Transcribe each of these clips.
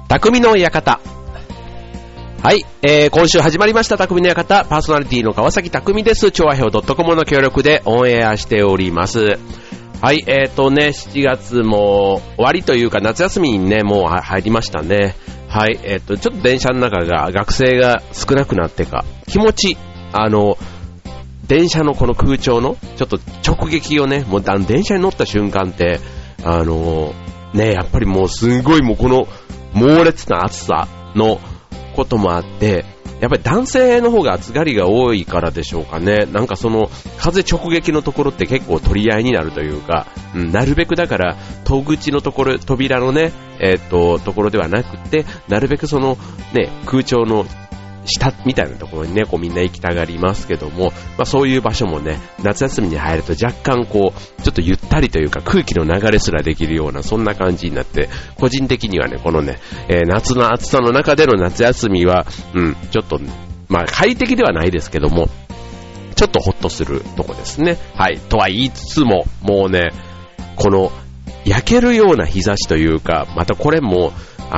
匠の館。はい、今週始まりました匠の館、パーソナリティの川崎匠です。調和表 .com の協力でオンエアしております。はい、7月も終わりというか夏休みにね、もう入りましたね。はい、ちょっと電車の中が学生が少なくなってか、気持ち、電車のこの空調のちょっと直撃をね、もう電車に乗った瞬間って、ね、やっぱりもうすごいもうこの猛烈な暑さのこともあって、やっぱり男性の方が暑がりが多いからでしょうかね。なんかその風直撃のところって結構取り合いになるというか、なるべくだから戸口のところ、扉のね、ところではなくて、なるべくそのね、空調の下みたいなところにね、こうみんな行きたがりますけども、まあそういう場所もね、夏休みに入ると若干こう、ちょっとゆったりというか空気の流れすらできるような、そんな感じになって、個人的にはね、このね、夏の暑さの中での夏休みは、ちょっと、まあ快適ではないですけども、ちょっとホッとするとこですね。はい。とは言いつつも、もうね、この、焼けるような日差しというか、またこれも、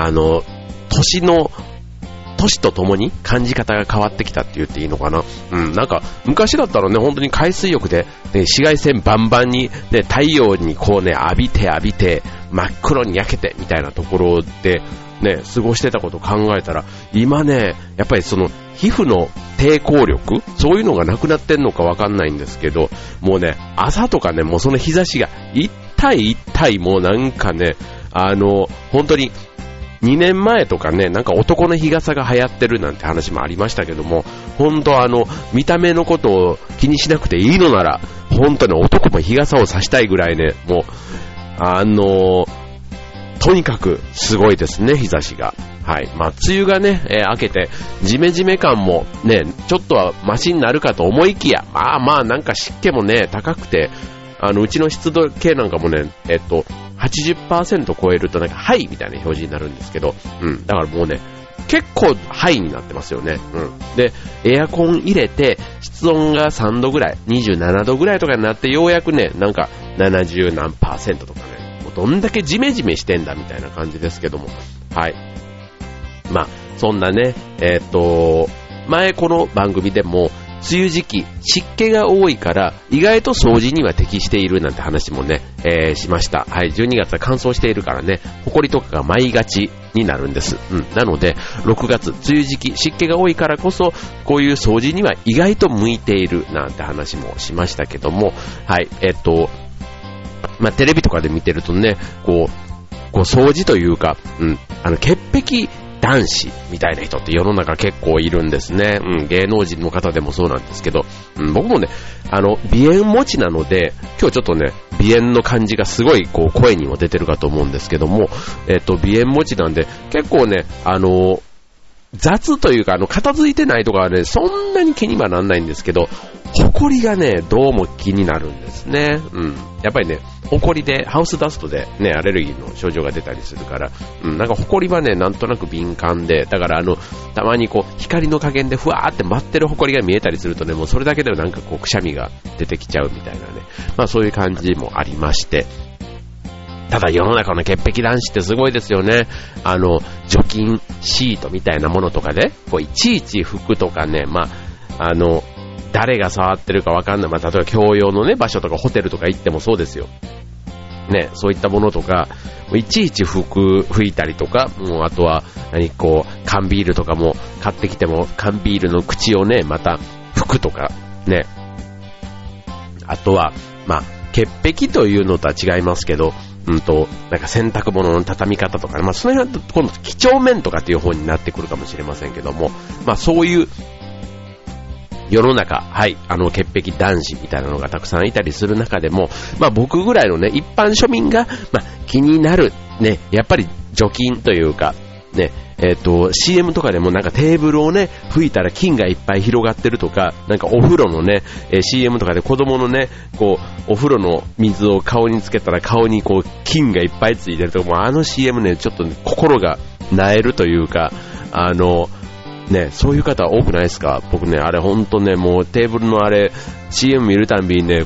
年とともに感じ方が変わってきたって言っていいのかな。なんか昔だったらね、本当に海水浴で、ね、紫外線バンバンに、ね、太陽にこうね、浴びて真っ黒に焼けてみたいなところでね、過ごしてたことを考えたら、今ね、やっぱりその皮膚の抵抗力、そういうのがなくなってんのかわかんないんですけど、もうね、朝とかね、もうその日差しが痛いもうなんかね、本当に2年前とかね、なんか男の日傘が流行ってるなんて話もありましたけども、本当見た目のことを気にしなくていいのなら、本当に男も日傘を差したいぐらいね、もう、とにかくすごいですね、日差しが。はい。まあ、梅雨がね、明けて、ジメジメ感もね、ちょっとはマシになるかと思いきや、まあ、なんか湿気もね、高くて、うちの湿度計なんかもね、80% 超えるとなんかハイみたいな表示になるんですけど、だからもうね、結構ハイになってますよね。で、エアコン入れて、室温が3度ぐらい、27度ぐらいとかになって、ようやくね、なんか70何%とかね、もうどんだけジメジメしてんだみたいな感じですけども、はい。まあ、そんなね、前この番組でも、梅雨時期、湿気が多いから意外と掃除には適しているなんて話もね、しました。はい、12月は乾燥しているからね、埃とかが舞いがちになるんです。なので6月、梅雨時期、湿気が多いからこそこういう掃除には意外と向いているなんて話もしましたけども、はい、まあテレビとかで見てるとね、こう掃除というか、潔癖男子みたいな人って世の中結構いるんですね。芸能人の方でもそうなんですけど、僕もね、鼻炎持ちなので、今日ちょっとね、鼻炎の感じがすごいこう声にも出てるかと思うんですけども、鼻炎持ちなんで、結構ね、雑というか、片付いてないとかはね、そんなに気にはなんないんですけど、埃がね、どうも気になるんですね。やっぱりね、埃で、ハウスダストでね、アレルギーの症状が出たりするから、なんか埃はね、なんとなく敏感で、だからたまにこう、光の加減でふわーって舞ってる埃が見えたりするとね、もうそれだけでなんかこう、くしゃみが出てきちゃうみたいなね、まあそういう感じもありまして、ただ世の中の潔癖男子ってすごいですよね。除菌シートみたいなものとかで、こういちいち拭くとかね、まあ、誰が触ってるかわかんない。まあ、例えば共用のね、場所とかホテルとか行ってもそうですよ。ね、そういったものとか、いちいち拭いたりとか、もうあとは、缶ビールとかも買ってきても、缶ビールの口をね、また拭くとか、ね。あとは、まあ、潔癖というのとは違いますけど、なんか洗濯物の畳み方とかね、まあ、その辺は今度几帳面とかっていう方になってくるかもしれませんけども、まあ、そういう世の中、はい、潔癖男子みたいなのがたくさんいたりする中でも、まあ、僕ぐらいのね、一般庶民が、まあ、気になる、ね、やっぱり除菌というか、ね、CM とかでもなんかテーブルをね、拭いたら菌がいっぱい広がってるとか、なんかお風呂のね、CM とかで子供のね、こう、お風呂の水を顔につけたら顔にこう、菌がいっぱいついてるとか、もうCM ね、ちょっと、ね、心が萎えるというか、ね、そういう方多くないですか？僕ね、あれほんとね、もうテーブルのあれ、CM 見るたんびにね、こう、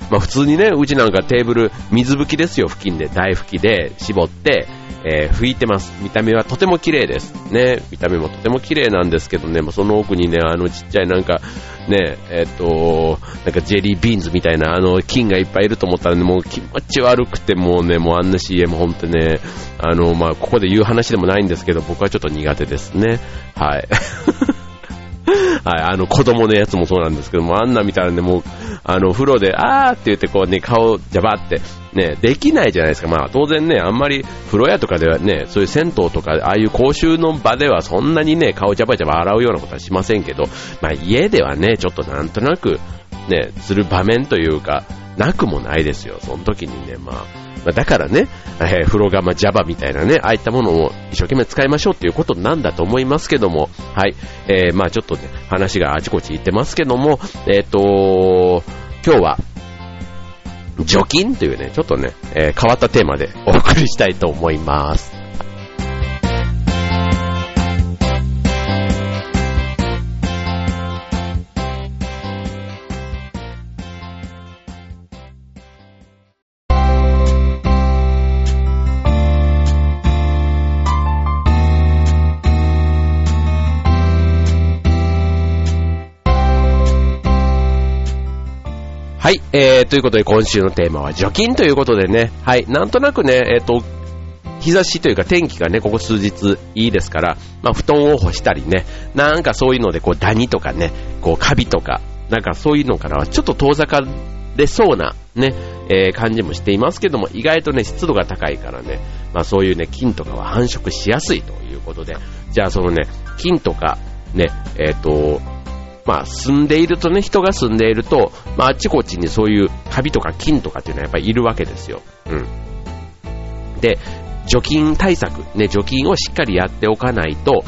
まあ普通にね、うちなんかテーブル水拭きですよ、布巾で、台拭きで絞って、拭いてます。見た目はとても綺麗です。ね、見た目もとても綺麗なんですけどね、もうその奥にね、ちっちゃいなんか、ね、なんかジェリービーンズみたいな菌がいっぱいいると思ったらね、もう気持ち悪くてもうね、もうあんな CM ほんとね、まあここで言う話でもないんですけど、僕はちょっと苦手ですね。はい。はい、子供のやつもそうなんですけども、あんな見たらね、もう、風呂で、あーって言ってこうね、顔ジャバって、ね、できないじゃないですか。まあ当然ね、あんまり風呂屋とかではね、そういう銭湯とか、ああいう公衆の場ではそんなにね、顔ジャバジャバ洗うようなことはしませんけど、まあ家ではね、ちょっとなんとなく、ね、する場面というか、なくもないですよ。その時にね、まあだからね、風呂釜ジャバみたいなね、ああいったものを一生懸命使いましょうっていうことなんだと思いますけども、はい、まあちょっとね、話があちこち言ってますけども、今日は、除菌というね、ちょっとね、変わったテーマでお送りしたいと思います。はい、ということで今週のテーマは除菌ということでね、はい、なんとなくね、日差しというか天気がね、ここ数日いいですから、まあ布団を干したりね、なんかそういうのでこうダニとかね、こうカビとか、なんかそういうのからはちょっと遠ざかれそうなね、感じもしていますけども、意外とね、湿度が高いからね、まあそういうね、菌とかは繁殖しやすいということで、じゃあそのね、菌とかね、まあ住んでいるとね、人が住んでいると、まああっちこっちにそういうカビとか菌とかっていうのはやっぱりいるわけですよ。うん。で、除菌対策、ね、除菌をしっかりやっておかないと、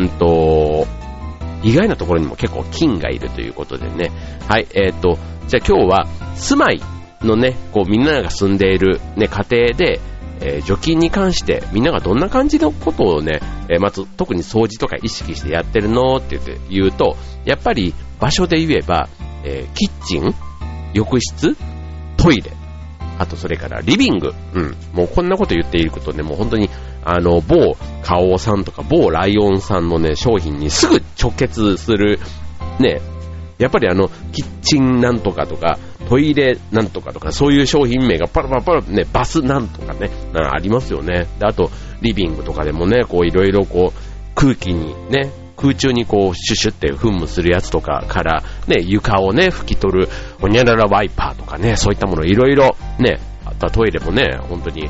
意外なところにも結構菌がいるということでね。はい、じゃあ今日は住まいのね、こうみんなが住んでいるね、家庭で、除菌に関してみんながどんな感じのことをね、まず特に掃除とか意識してやってるのって言うと、やっぱり場所で言えば、キッチン、浴室、トイレ、あとそれからリビング、もうこんなこと言っていることね、もう本当に某花王さんとか某ライオンさんのね商品にすぐ直結するね、やっぱりキッチンなんとかとかトイレなんとかとかそういう商品名がパラパラパラね、バスなんとかね、ありますよね。で、あとリビングとかでもね、こういろいろこう空気にね、空中にこうシュシュって噴霧するやつとかからね、床をね拭き取るホニャララワイパーとかね、そういったものいろいろね、あとはトイレもね、本当に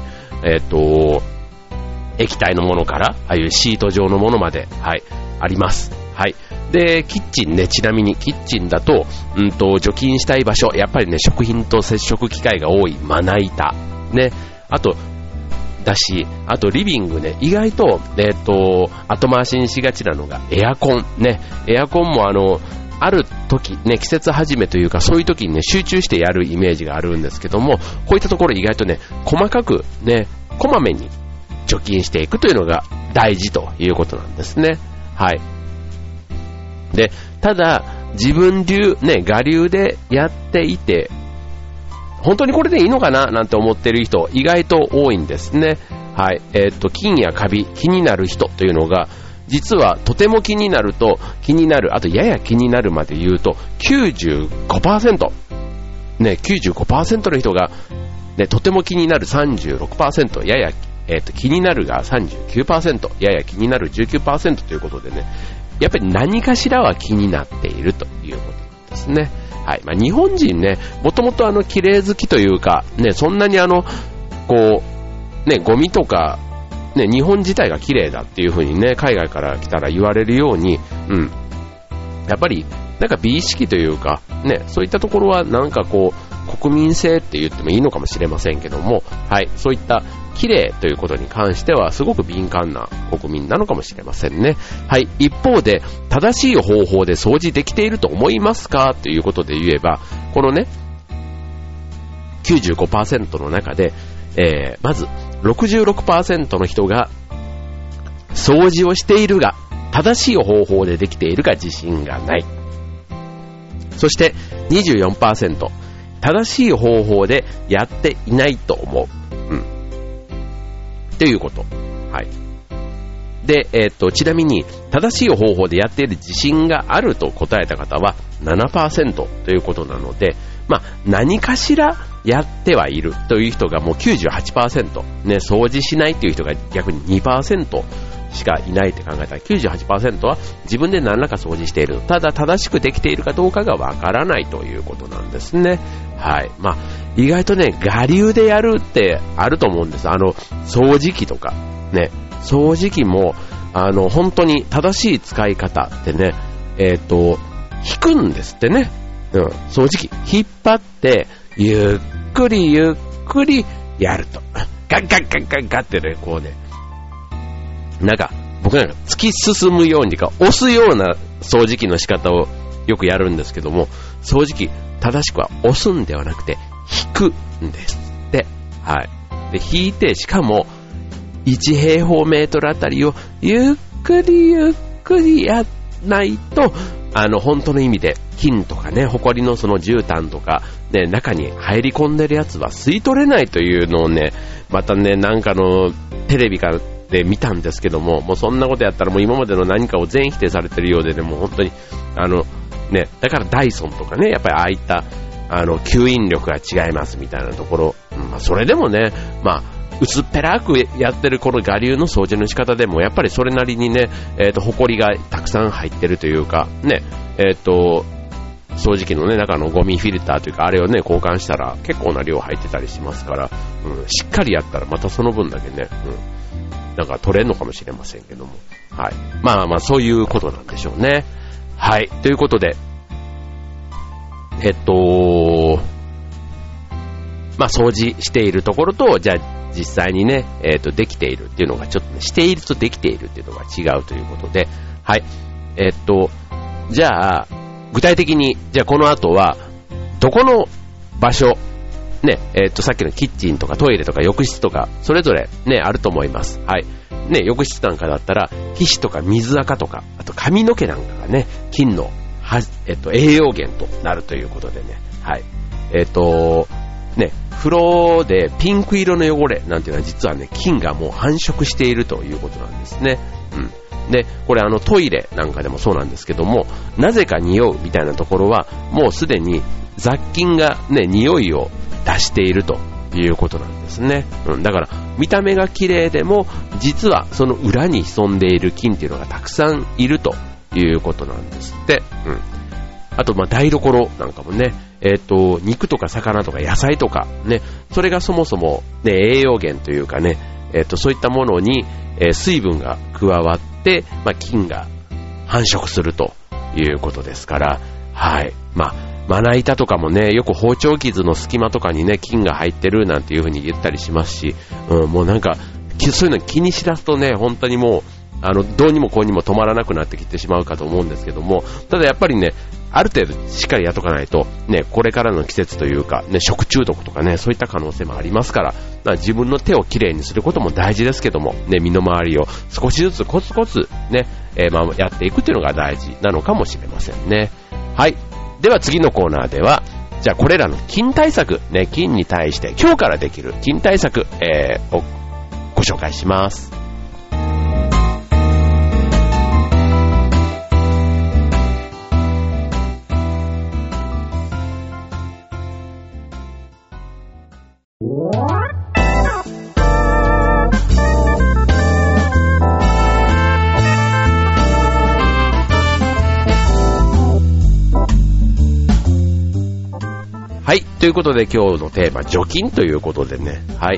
液体のものからああいうシート状のものまで、はい、あります。はい。で、キッチンね、ちなみにキッチンだと、除菌したい場所、やっぱりね、食品と接触機会が多いまな板ね、あとだし、あとリビングね、意外と後回しにしがちなのがエアコンね。エアコンもある時ね、季節始めというかそういう時にね、集中してやるイメージがあるんですけども、こういったところ意外とね、細かくね、こまめに除菌していくというのが大事ということなんですね。はい。で、ただ自分流ね、我流でやっていて、本当にこれでいいのかななんて思ってる人意外と多いんですね。はい。菌やカビ気になる人というのが、実はとても気になると気になる、あとやや気になるまで言うと 95% ね、95% の人がね、とても気になる 36%、やや気になるが 39%、やや気になる 19% ということでね、やっぱり何かしらは気になっているということなんですね。はい。まあ、日本人ね、もともと綺麗好きというかね、そんなにこうね、ゴミとかね、日本自体が綺麗だっていう風にね、海外から来たら言われるように、やっぱりなんか美意識というかね、そういったところはなんかこう国民性って言ってもいいのかもしれませんけども、はい、そういった綺麗ということに関してはすごく敏感な国民なのかもしれませんね。はい。一方で正しい方法で掃除できていると思いますかということで言えば、このね 95% の中で、まず 66% の人が掃除をしているが正しい方法でできているか自信がない。そして 24%、 正しい方法でやっていないと思う。ということ。はい。で、ちなみに、正しい方法でやっている自信があると答えた方は 7% ということなので、何かしらやってはいるという人がもう 98%、ね、掃除しないという人が逆に 2% しかいないって考えたら 98% は自分で何らか掃除している。ただ正しくできているかどうかがわからないということなんですね。はい。意外とね、我流でやるってあると思うんです。掃除機とか、ね、掃除機も、本当に正しい使い方ってね、引くんですってね。掃除機引っ張ってゆっくりゆっくりやるとガッガッガッガッガッってね、こうね、僕なんか突き進むようにか押すような掃除機の仕方をよくやるんですけども、掃除機正しくは押すんではなくて引くんですって。はい。で引いて、しかも1平方メートルあたりをゆっくりゆっくりやらないと、本当の意味で菌とかね、ホコリのその絨毯とかね、中に入り込んでるやつは吸い取れないというのをね、またね、なんかのテレビで見たんですけども、もうそんなことやったらもう今までの何かを全否定されてるようでね、もう本当にね、だからダイソンとかね、やっぱりああいった吸引力が違いますみたいなところ、それでもね、薄っぺらくやってるこの我流の掃除の仕方でもやっぱりそれなりにね、ホコリがたくさん入ってるというかね、掃除機のね、中のゴミフィルターというかあれをね、交換したら結構な量入ってたりしますから、しっかりやったらまたその分だけね、なんか取れんのかもしれませんけども、はい。そういうことなんでしょうね。はい。ということで、掃除しているところと、じゃあ実際にね、できているっていうのがちょっとね、しているとできているっていうのが違うということで、はい。じゃあ、具体的に、じゃあこの後は、どこの場所、ね、さっきのキッチンとかトイレとか浴室とか、それぞれね、あると思います。はい。ね、浴室なんかだったら、皮脂とか水垢とか、あと髪の毛なんかがね、菌の、栄養源となるということでね、はい。ね、風呂でピンク色の汚れなんていうのは実はね、菌がもう繁殖しているということなんですね。で、これトイレなんかでもそうなんですけども、なぜか匂うみたいなところは、もうすでに雑菌がね、匂いを出しているということなんですね。だから、見た目が綺麗でも、実はその裏に潜んでいる菌っていうのがたくさんいるということなんですって。あと、台所なんかもね、肉とか魚とか野菜とかね、それがそもそもね、栄養源というかね、そういったものに、水分が加わって、菌が繁殖するということですから、はい。まな板とかもね、よく包丁傷の隙間とかにね、菌が入ってるなんていう風に言ったりしますし、もうなんか、そういうの気にしだすとね、本当にもう、どうにもこうにも止まらなくなってきてしまうかと思うんですけども、ただやっぱりね、ある程度しっかりやっとかないと、ね、これからの季節というか、ね、食中毒とかね、そういった可能性もありますから、自分の手をきれいにすることも大事ですけども、ね、身の回りを少しずつコツコツね、やっていくっていうのが大事なのかもしれませんね。はい。では次のコーナーでは、じゃあこれらの菌対策、ね、菌に対して今日からできる菌対策、をご紹介します。はい。ということで今日のテーマ、除菌ということでね。はい。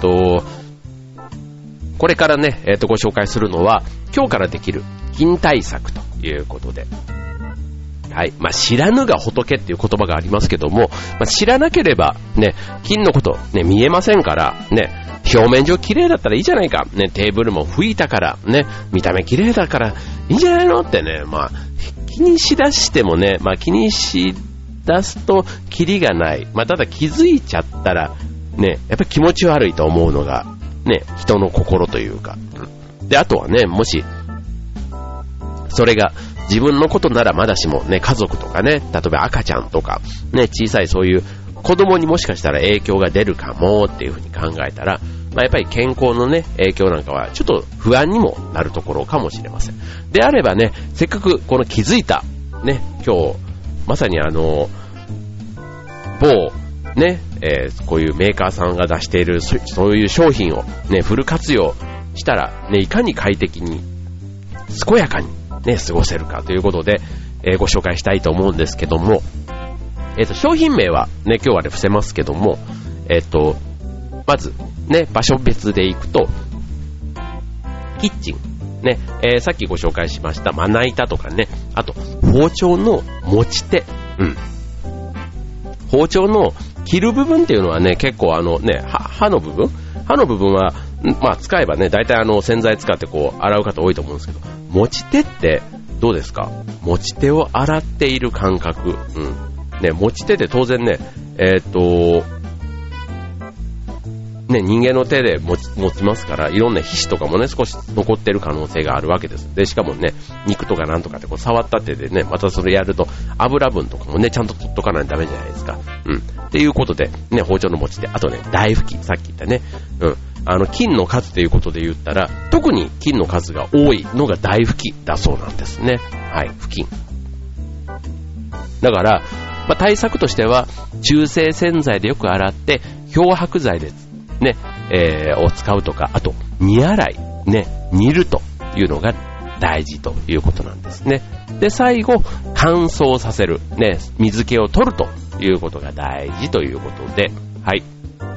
これからね、ご紹介するのは、今日からできる菌対策ということで。はい。知らぬが仏っていう言葉がありますけども、知らなければね、菌のことね、見えませんから、ね、表面上綺麗だったらいいじゃないか。ね、テーブルも拭いたから、ね、見た目綺麗だからいいんじゃないのってね、気にしだしてもね、気にし出すとキリがない。ただ気づいちゃったらね、やっぱり気持ち悪いと思うのがね、人の心というか。で、あとはね、もしそれが自分のことならまだしもね、家族とかね、例えば赤ちゃんとかね、小さいそういう子子供にもしかしたら影響が出るかもっていうふうに考えたら、やっぱり健康のね、影響なんかはちょっと不安にもなるところかもしれません。であればね、せっかくこの気づいた、ね、今日、まさに某、ね、こういうメーカーさんが出しているそういう商品をね、フル活用したら、ね、いかに快適に、健やかにね、過ごせるかということで、ご紹介したいと思うんですけども、商品名はね、今日はね、伏せますけども、まず、ね、場所別でいくと、キッチン、ね、さっきご紹介しましたまな板とかね、あと、包丁の持ち手、包丁の切る部分っていうのはね、結構ね、刃の部分は、使えばね、大体洗剤使ってこう、洗う方多いと思うんですけど、持ち手ってどうですか？持ち手を洗っている感覚。ね、持ち手で当然ね、ね、人間の手で持ちますから、いろんな皮脂とかもね、少し残ってる可能性があるわけです。で、しかもね、肉とかなんとかってこう触った手でね、またそれやると油分とかもね、ちゃんと取っとかないとダメじゃないですか。っていうことで、ね、包丁の持ち手、あとね、台拭き、さっき言ったね、菌の数ということで言ったら、特に菌の数が多いのが台拭きだそうなんですね。はい、布巾。だから、対策としては、中性洗剤でよく洗って、漂白剤でね、を使うとか、あと、煮洗い、ね、煮るというのが大事ということなんですね。で、最後、乾燥させる、ね、水気を取るということが大事ということで、はい。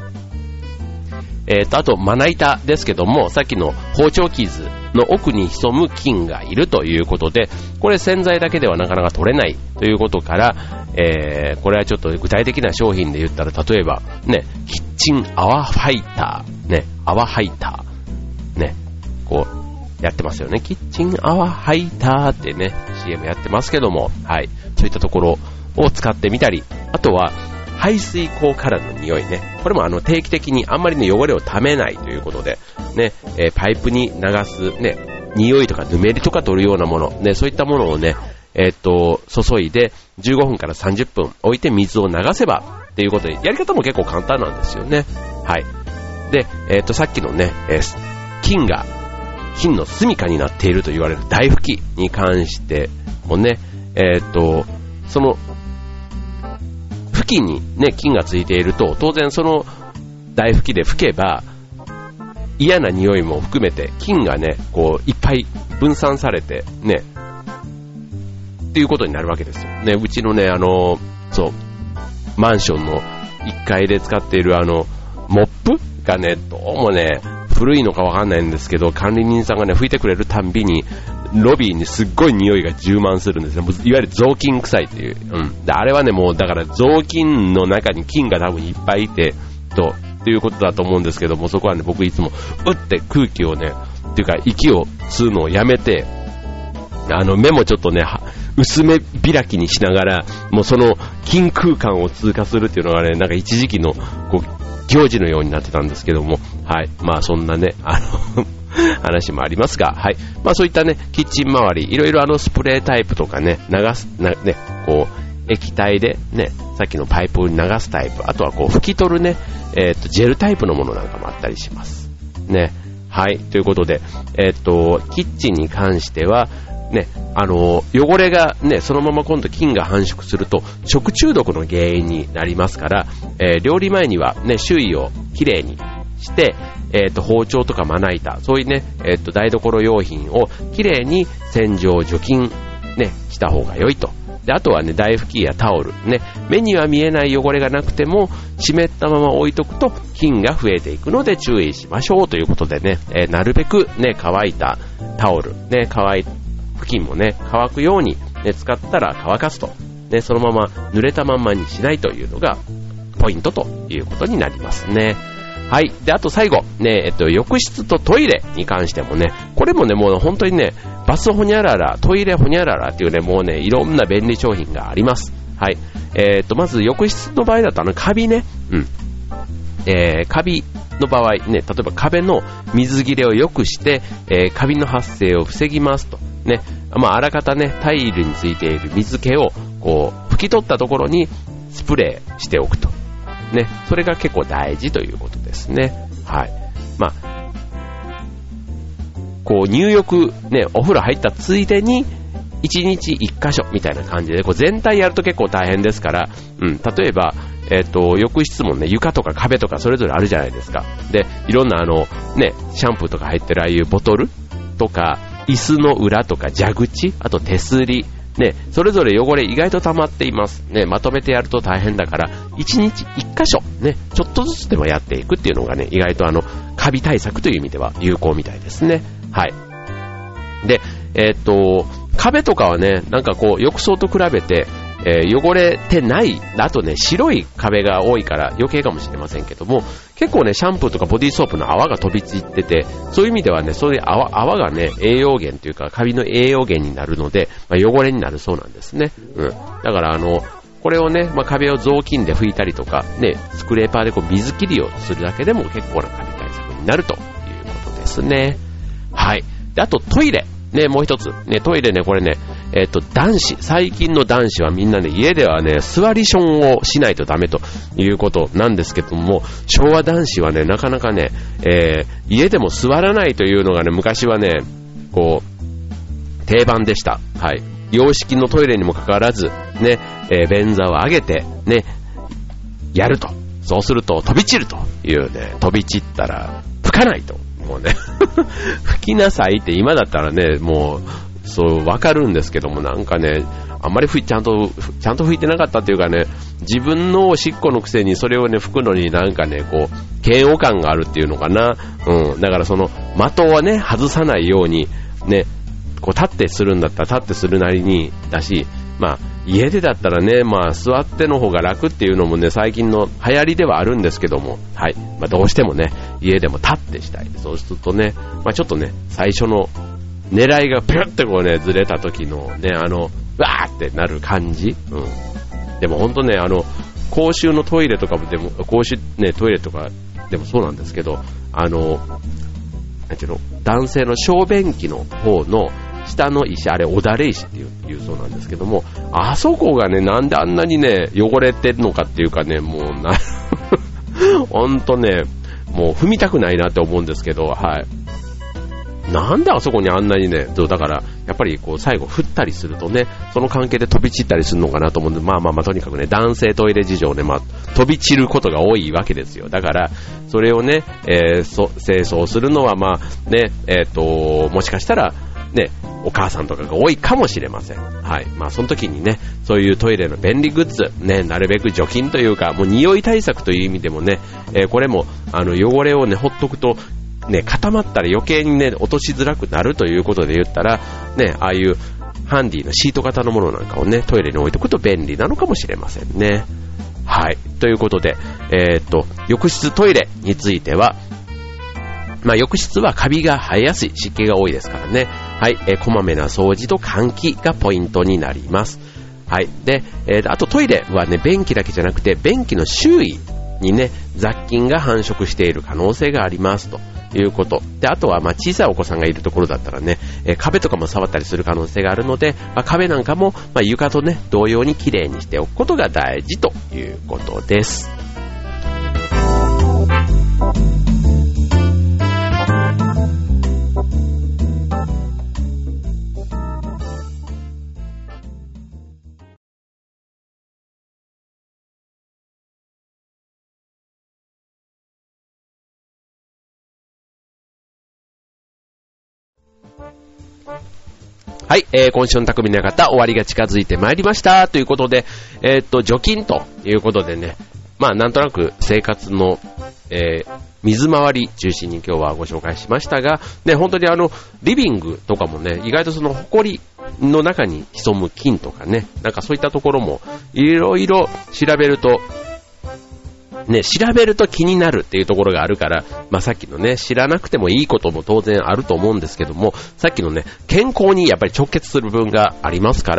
あと、まな板ですけども、さっきの包丁傷の奥に潜む菌がいるということで、これ洗剤だけではなかなか取れないということから、これはちょっと具体的な商品で言ったら、例えば、ね、キッチン泡ファイター、ね、泡ハイター、ね、こう、やってますよね。キッチン泡ハイターってね、CM やってますけども、はい。そういったところを使ってみたり、あとは、排水口からの匂いね。これも定期的にあんまりね、汚れをためないということで、ね、パイプに流すね、匂いとかぬめりとか取るようなもの、ね、そういったものをね、注いで15分から30分置いて水を流せばっていうことで、やり方も結構簡単なんですよね。はい。で、さっきのね、菌の住処になっていると言われる台拭きに関してもね、その付近にね、菌がついていると、当然その台拭きで拭けば、嫌な匂いも含めて、菌がね、こう、いっぱい分散されて、ね、っていうことになるわけですよ。ね、うちのね、マンションの1階で使っているモップがね、どうもね、古いのかわかんないんですけど、管理人さんがね、拭いてくれるたんびに、ロビーにすっごい匂いが充満するんですよ。いわゆる雑巾臭いっていう。で、あれはね、もうだから雑巾の中に菌が多分いっぱいいて、っていうことだと思うんですけども、そこはね、僕いつも、って空気をね、っていうか息を吸うのをやめて、目もちょっとね、薄め開きにしながら、もうその菌空間を通過するっていうのがね、なんか一時期の、こう、行事のようになってたんですけども、はい。そんなね、話もありますが、はい。そういったね、キッチン周り、いろいろスプレータイプとかね、ね、こう、液体でね、さっきのパイプに流すタイプ、あとはこう、拭き取るね、ジェルタイプのものなんかもあったりします。ね。はい。ということで、キッチンに関しては、ね、汚れがね、そのまま今度菌が繁殖すると食中毒の原因になりますから、料理前にはね、周囲をきれいにして、包丁とかまな板、そういうね、台所用品をきれいに洗浄除菌ね、した方が良いと。で、あとはね、台拭きやタオルね、目には見えない汚れがなくても湿ったまま置いとくと菌が増えていくので注意しましょうということでね、なるべくね、乾いたタオルね、布巾もね、乾くように、ね、使ったら乾かすと、ね、そのまま濡れたまんまにしないというのがポイントということになりますね。はい。で、あと最後、ね、浴室とトイレに関してもね、これもね、もう本当にね、バスホニャララ、トイレホニャララっていうね、もうね、いろんな便利商品があります。はい。まず浴室の場合だとカビね、カビの場合ね、例えば壁の水切れを良くして、カビの発生を防ぎますと。ね、あらかたね、タイルについている水気をこう拭き取ったところにスプレーしておくと。 ね、それが結構大事ということですね。はい。まあ、こう入浴、ね、お風呂入ったついでに、1日1箇所みたいな感じで、こう全体やると結構大変ですから、例えば、浴室もね、床とか壁とかそれぞれあるじゃないですか。で、いろんなね、シャンプーとか入ってるああいうボトルとか、椅子の裏とか蛇口、あと手すり、ね、それぞれ汚れ意外と溜まっています。ね、まとめてやると大変だから、1日1箇所、ね、ちょっとずつでもやっていくっていうのがね、意外とカビ対策という意味では有効みたいですね。はい。で、壁とかはね、なんかこう、浴槽と比べて、汚れてない、あとね、白い壁が多いから余計かもしれませんけども、結構ね、シャンプーとかボディーソープの泡が飛び散ってて、そういう意味ではね、そういう泡がね、栄養源というか、カビの栄養源になるので、汚れになるそうなんですね。だからこれをね、壁を雑巾で拭いたりとか、ね、スクレーパーでこう水切りをするだけでも結構なカビ対策になるということですね。はい。で、あとトイレ。ね、もう一つ。ね、トイレね、これね、男子、最近の男子はみんなね、家ではね、座りションをしないとダメということなんですけども、昭和男子はね、なかなかね、家でも座らないというのがね、昔はね、こう、定番でした。はい。洋式のトイレにもかかわらず、ね、便座を上げて、ね、やると。そうすると飛び散るというね、飛び散ったら吹かないと。もうね吹きなさいって今だったらね、もうそうわかるんですけども、なんかね、あんまりちゃんと吹いてなかったっていうかね、自分のおしっこのくせにそれをね吹くのになんかね、こう嫌悪感があるっていうのかな。だからその的はね外さないようにね、こう立ってするんだったら立ってするなりにだし、家でだったらね、座っての方が楽っていうのもね、最近の流行りではあるんですけども、はい。どうしてもね、家でも立ってしたい。そうするとね、ちょっとね、最初の狙いがピュッてこうね、ずれた時のね、わーってなる感じ。でもほんとね、公衆のトイレとかでも、公衆ね、トイレとかでもそうなんですけど、なんていうの、男性の小便器の方の下の石、あれおだれ石っていうそうなんですけども、あそこがね、なんであんなにね汚れてるのかっていうかね、もうほんとね、もう踏みたくないなって思うんですけど、はい。なんであそこにあんなにね、だからやっぱりこう最後振ったりするとね、その関係で飛び散ったりするのかなと思うんで、とにかくね、男性トイレ事情ね、飛び散ることが多いわけですよ。だからそれをね、清掃するのはね、もしかしたらね、お母さんとかが多いかもしれません。はい。その時にね、そういうトイレの便利グッズ、ね、なるべく除菌というか、もう匂い対策という意味でもね、これも、汚れをね、ほっとくと、ね、固まったら余計にね、落としづらくなるということで言ったら、ね、ああいうハンディのシート型のものなんかをね、トイレに置いておくと便利なのかもしれませんね。はい。ということで、浴室トイレについては、浴室はカビが生えやすい、湿気が多いですからね。はい、こまめな掃除と換気がポイントになります。はい。で、あとトイレはね、便器だけじゃなくて、便器の周囲にね、雑菌が繁殖している可能性がありますということ。で、あとは小さいお子さんがいるところだったらね、壁とかも触ったりする可能性があるので、壁なんかも、床とね、同様にきれいにしておくことが大事ということです。はい、今週の匠の館終わりが近づいてまいりましたということで、除菌ということでね、なんとなく生活の、水回り中心に今日はご紹介しましたが、ね、本当にリビングとかもね、意外とその埃の中に潜む菌とかね、なんかそういったところもいろいろ調べると気になるっていうところがあるから、さっきのね、知らなくてもいいことも当然あると思うんですけども、さっきのね、健康にやっぱり直結する部分がありますから、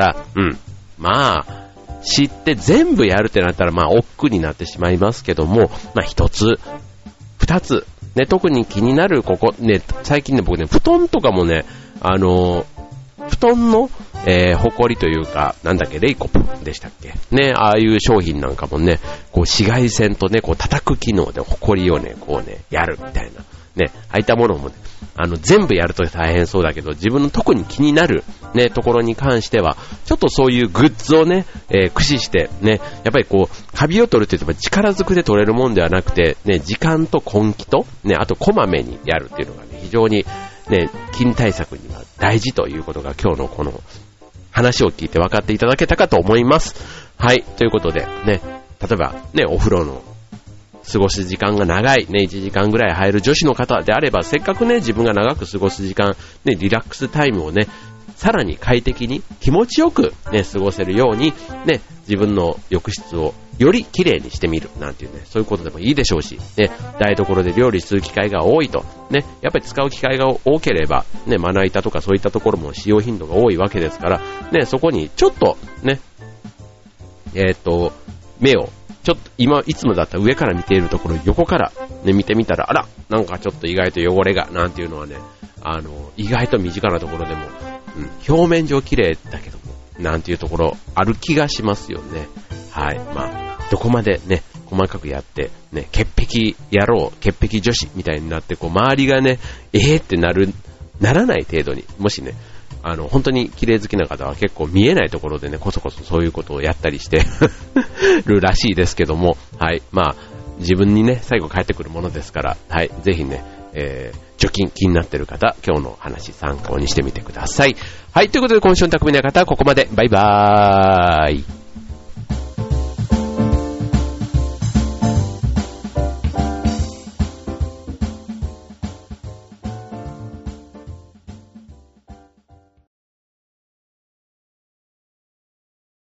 知って全部やるってなったら、億劫になってしまいますけども、一つ、二つ、ね、特に気になるここ、ね、最近ね、僕ね、布団とかもね、布団のホコリというか、なんだっけ、レイコプでしたっけね、ああいう商品なんかもね、こう紫外線とね、こう叩く機能でホコリをね、こうね、やるみたいな。ね、ああいったものもね、全部やると大変そうだけど、自分の特に気になるね、ところに関しては、ちょっとそういうグッズをね、駆使してね、やっぱりこう、カビを取るって言っても力ずくで取れるもんではなくて、ね、時間と根気と、ね、あとこまめにやるっていうのがね、非常にね、菌対策には大事ということが今日のこの話を聞いて分かっていただけたかと思います。はい、ということでね、例えばね、お風呂の過ごす時間が長い、ね、1時間ぐらい入る女子の方であれば、せっかくね、自分が長く過ごす時間、ね、リラックスタイムをね、さらに快適に気持ちよくね、過ごせるように、ね、自分の浴室をより綺麗にしてみるなんていうね、そういうことでもいいでしょうし、ね、台所で料理する機会が多いと、ね、やっぱり使う機会が多ければ、ね、まな板とかそういったところも使用頻度が多いわけですから、ね、そこにちょっとね、目をちょっといつもだったら上から見ているところ横から、ね、見てみたら、あら、なんかちょっと意外と汚れがなんていうのはね、意外と身近なところでも、表面上綺麗だけどもなんていうところある気がしますよね。はい、まあどこまでね細かくやってね、潔癖野郎、潔癖女子みたいになってこう周りがねってならない程度に、もしね本当に綺麗好きな方は結構見えないところでね、こそこそそういうことをやったりしてるらしいですけども、はい、まあ自分にね最後返ってくるものですから、はい、ぜひね、除菌気になってる方、今日の話参考にしてみてください。はい、ということで今週の匠の方はここまで。バイバーイ。